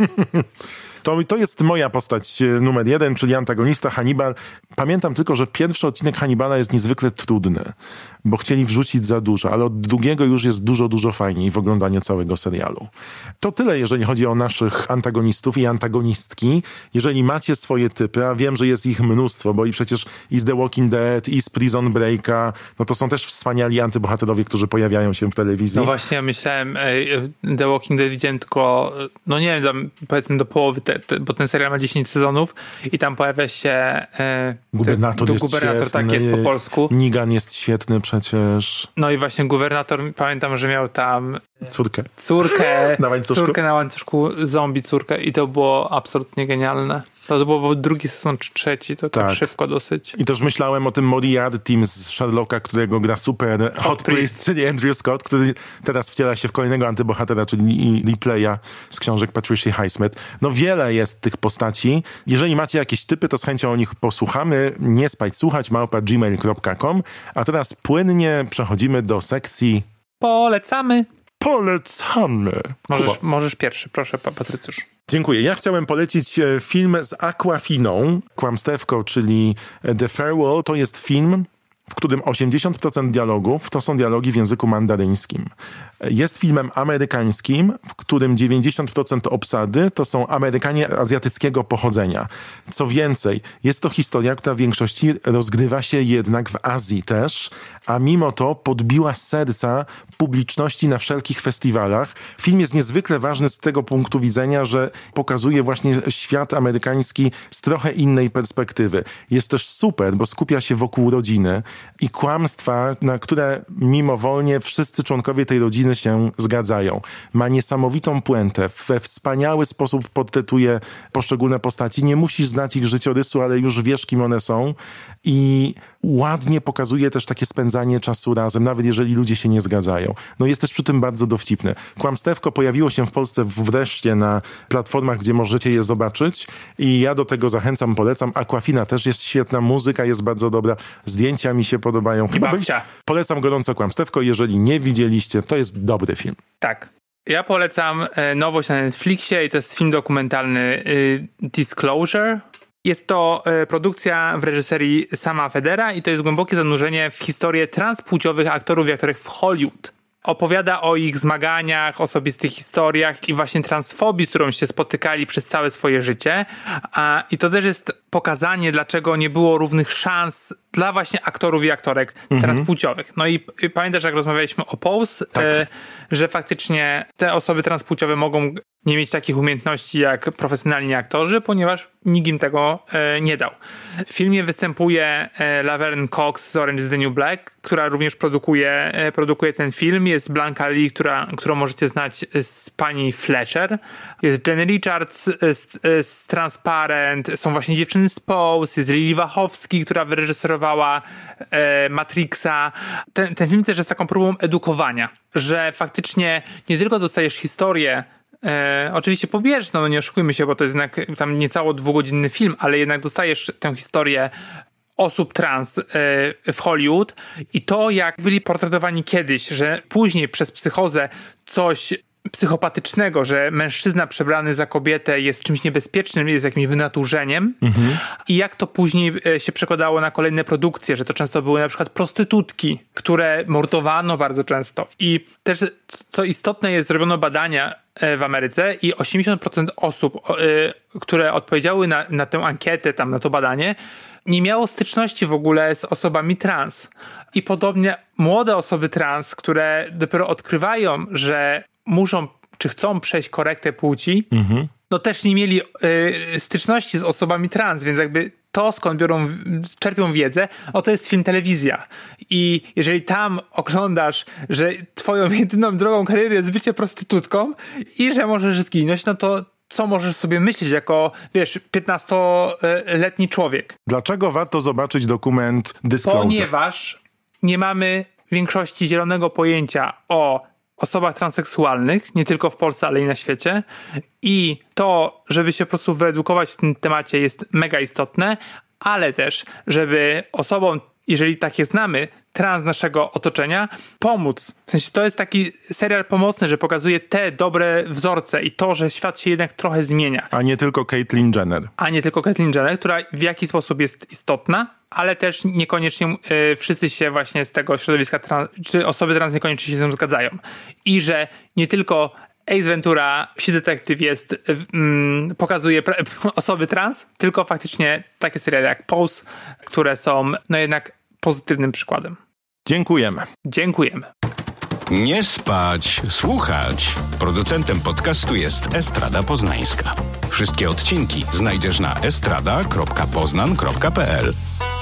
To jest moja postać numer 1, czyli antagonista Hannibal. Pamiętam tylko, że pierwszy odcinek Hannibala jest niezwykle trudny, bo chcieli wrzucić za dużo, ale od drugiego już jest dużo, dużo fajniej w oglądaniu całego serialu. To tyle, jeżeli chodzi o naszych antagonistów i antagonistki. Jeżeli macie swoje typy, a wiem, że jest ich mnóstwo, bo i przecież i z The Walking Dead, i z Prison Breaka, no to są też wspaniali antybohaterowie, którzy pojawiają się w telewizji. No właśnie, ja myślałem, The Walking Dead widziałem tylko, no nie wiem, powiedzmy do połowy, bo ten serial ma 10 sezonów i tam pojawia się gubernator jest gubernator, świetny, tak jest po polsku. Negan jest świetny przecież. No i właśnie gubernator, pamiętam, że miał tam córkę na łańcuszku, zombie córkę i to było absolutnie genialne. To było drugi sezon czy trzeci, to tak szybko dosyć. I też myślałem o tym Moriartym z Sherlocka, którego gra super Hot Priest, czyli Andrew Scott, który teraz wciela się w kolejnego antybohatera, czyli Ripley'a z książek Patricia Highsmith. No wiele jest tych postaci. Jeżeli macie jakieś typy, to z chęcią o nich posłuchamy. Nie spać, słuchać @gmail.com. A teraz płynnie przechodzimy do sekcji Polecamy. Możesz pierwszy, proszę, Patrycjusz. Dziękuję. Ja chciałem polecić film z Awkwafiną, Kłamstewko, czyli The Farewell. To jest film, w którym 80% dialogów to są dialogi w języku mandaryńskim. Jest filmem amerykańskim, w którym 90% obsady to są Amerykanie azjatyckiego pochodzenia. Co więcej, jest to historia, która w większości rozgrywa się jednak w Azji też, a mimo to podbiła serca publiczności na wszelkich festiwalach. Film jest niezwykle ważny z tego punktu widzenia, że pokazuje właśnie świat amerykański z trochę innej perspektywy. Jest też super, bo skupia się wokół rodziny i kłamstwa, na które mimowolnie wszyscy członkowie tej rodziny się zgadzają. Ma niesamowitą puentę, we wspaniały sposób portretuje poszczególne postaci. Nie musisz znać ich życiorysu, ale już wiesz, kim one są i ładnie pokazuje też takie spędzanie czasu razem, nawet jeżeli ludzie się nie zgadzają. No jest też przy tym bardzo dowcipny. Kłamstewko pojawiło się w Polsce wreszcie na platformach, gdzie możecie je zobaczyć i ja do tego zachęcam, polecam. Awkwafina też jest świetna, muzyka jest bardzo dobra, zdjęcia mi się podobają. Polecam gorąco Kłamstewko, jeżeli nie widzieliście, to jest dobry film. Tak. Ja polecam nowość na Netflixie i to jest film dokumentalny Disclosure. Jest to produkcja w reżyserii Sama Federa i to jest głębokie zanurzenie w historię transpłciowych aktorów i aktorek w Hollywood. Opowiada o ich zmaganiach, osobistych historiach i właśnie transfobii, z którą się spotykali przez całe swoje życie. I to też jest pokazanie, dlaczego nie było równych szans dla właśnie aktorów i aktorek transpłciowych. No i pamiętasz, jak rozmawialiśmy o Pose, że faktycznie te osoby transpłciowe mogą nie mieć takich umiejętności jak profesjonalni aktorzy, ponieważ nikt im tego nie dał. W filmie występuje Laverne Cox z Orange is the New Black, która również produkuje ten film. Jest Blanca Lee, którą możecie znać z pani Fletcher. Jest Jenny Richards z Transparent. Są właśnie dziewczyny z Pose. Jest Lili Wachowski, która wyreżyserowała Matrixa. Ten film też jest taką próbą edukowania, że faktycznie nie tylko dostajesz historię oczywiście pobieżną, no nie oszukujmy się, bo to jest jednak tam niecało 2-godzinny film, ale jednak dostajesz tę historię osób trans w Hollywood i to, jak byli portretowani kiedyś, że później przez psychozę coś psychopatycznego, że mężczyzna przebrany za kobietę jest czymś niebezpiecznym, jest jakimś wynaturzeniem i jak to później się przekładało na kolejne produkcje, że to często były na przykład prostytutki, które mordowano bardzo często. I też, co istotne, jest zrobiono badania w Ameryce i 80% osób, które odpowiedziały na tę ankietę, tam na to badanie, nie miało styczności w ogóle z osobami trans. I podobnie młode osoby trans, które dopiero odkrywają, że muszą, czy chcą przejść korektę płci, no też nie mieli styczności z osobami trans, więc jakby to, skąd czerpią wiedzę, to jest film telewizja. I jeżeli tam oglądasz, że twoją jedyną drogą kariery jest bycie prostytutką i że możesz zginąć, no to co możesz sobie myśleć jako, 15-letni człowiek? Dlaczego warto zobaczyć dokument Disclosure? Ponieważ nie mamy w większości zielonego pojęcia o osobach transseksualnych, nie tylko w Polsce, ale i na świecie. I to, żeby się po prostu wyedukować w tym temacie, jest mega istotne, ale też, żeby osobom, jeżeli takie znamy, trans naszego otoczenia, pomóc. W sensie to jest taki serial pomocny, że pokazuje te dobre wzorce i to, że świat się jednak trochę zmienia. A nie tylko Caitlyn Jenner, która w jakiś sposób jest istotna, ale też niekoniecznie wszyscy się właśnie z tego środowiska czy osoby trans niekoniecznie się z tym zgadzają. I że nie tylko Ace Ventura, Psi Detektyw pokazuje osoby trans, tylko faktycznie takie seriale jak Pose, które są jednak pozytywnym przykładem. Dziękujemy. Nie spać, słuchać. Producentem podcastu jest Estrada Poznańska. Wszystkie odcinki znajdziesz na estrada.poznan.pl.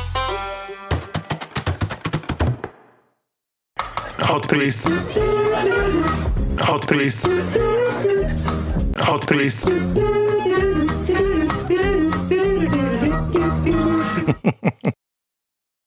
Hot Priest. Hot Priest. Hot Priest.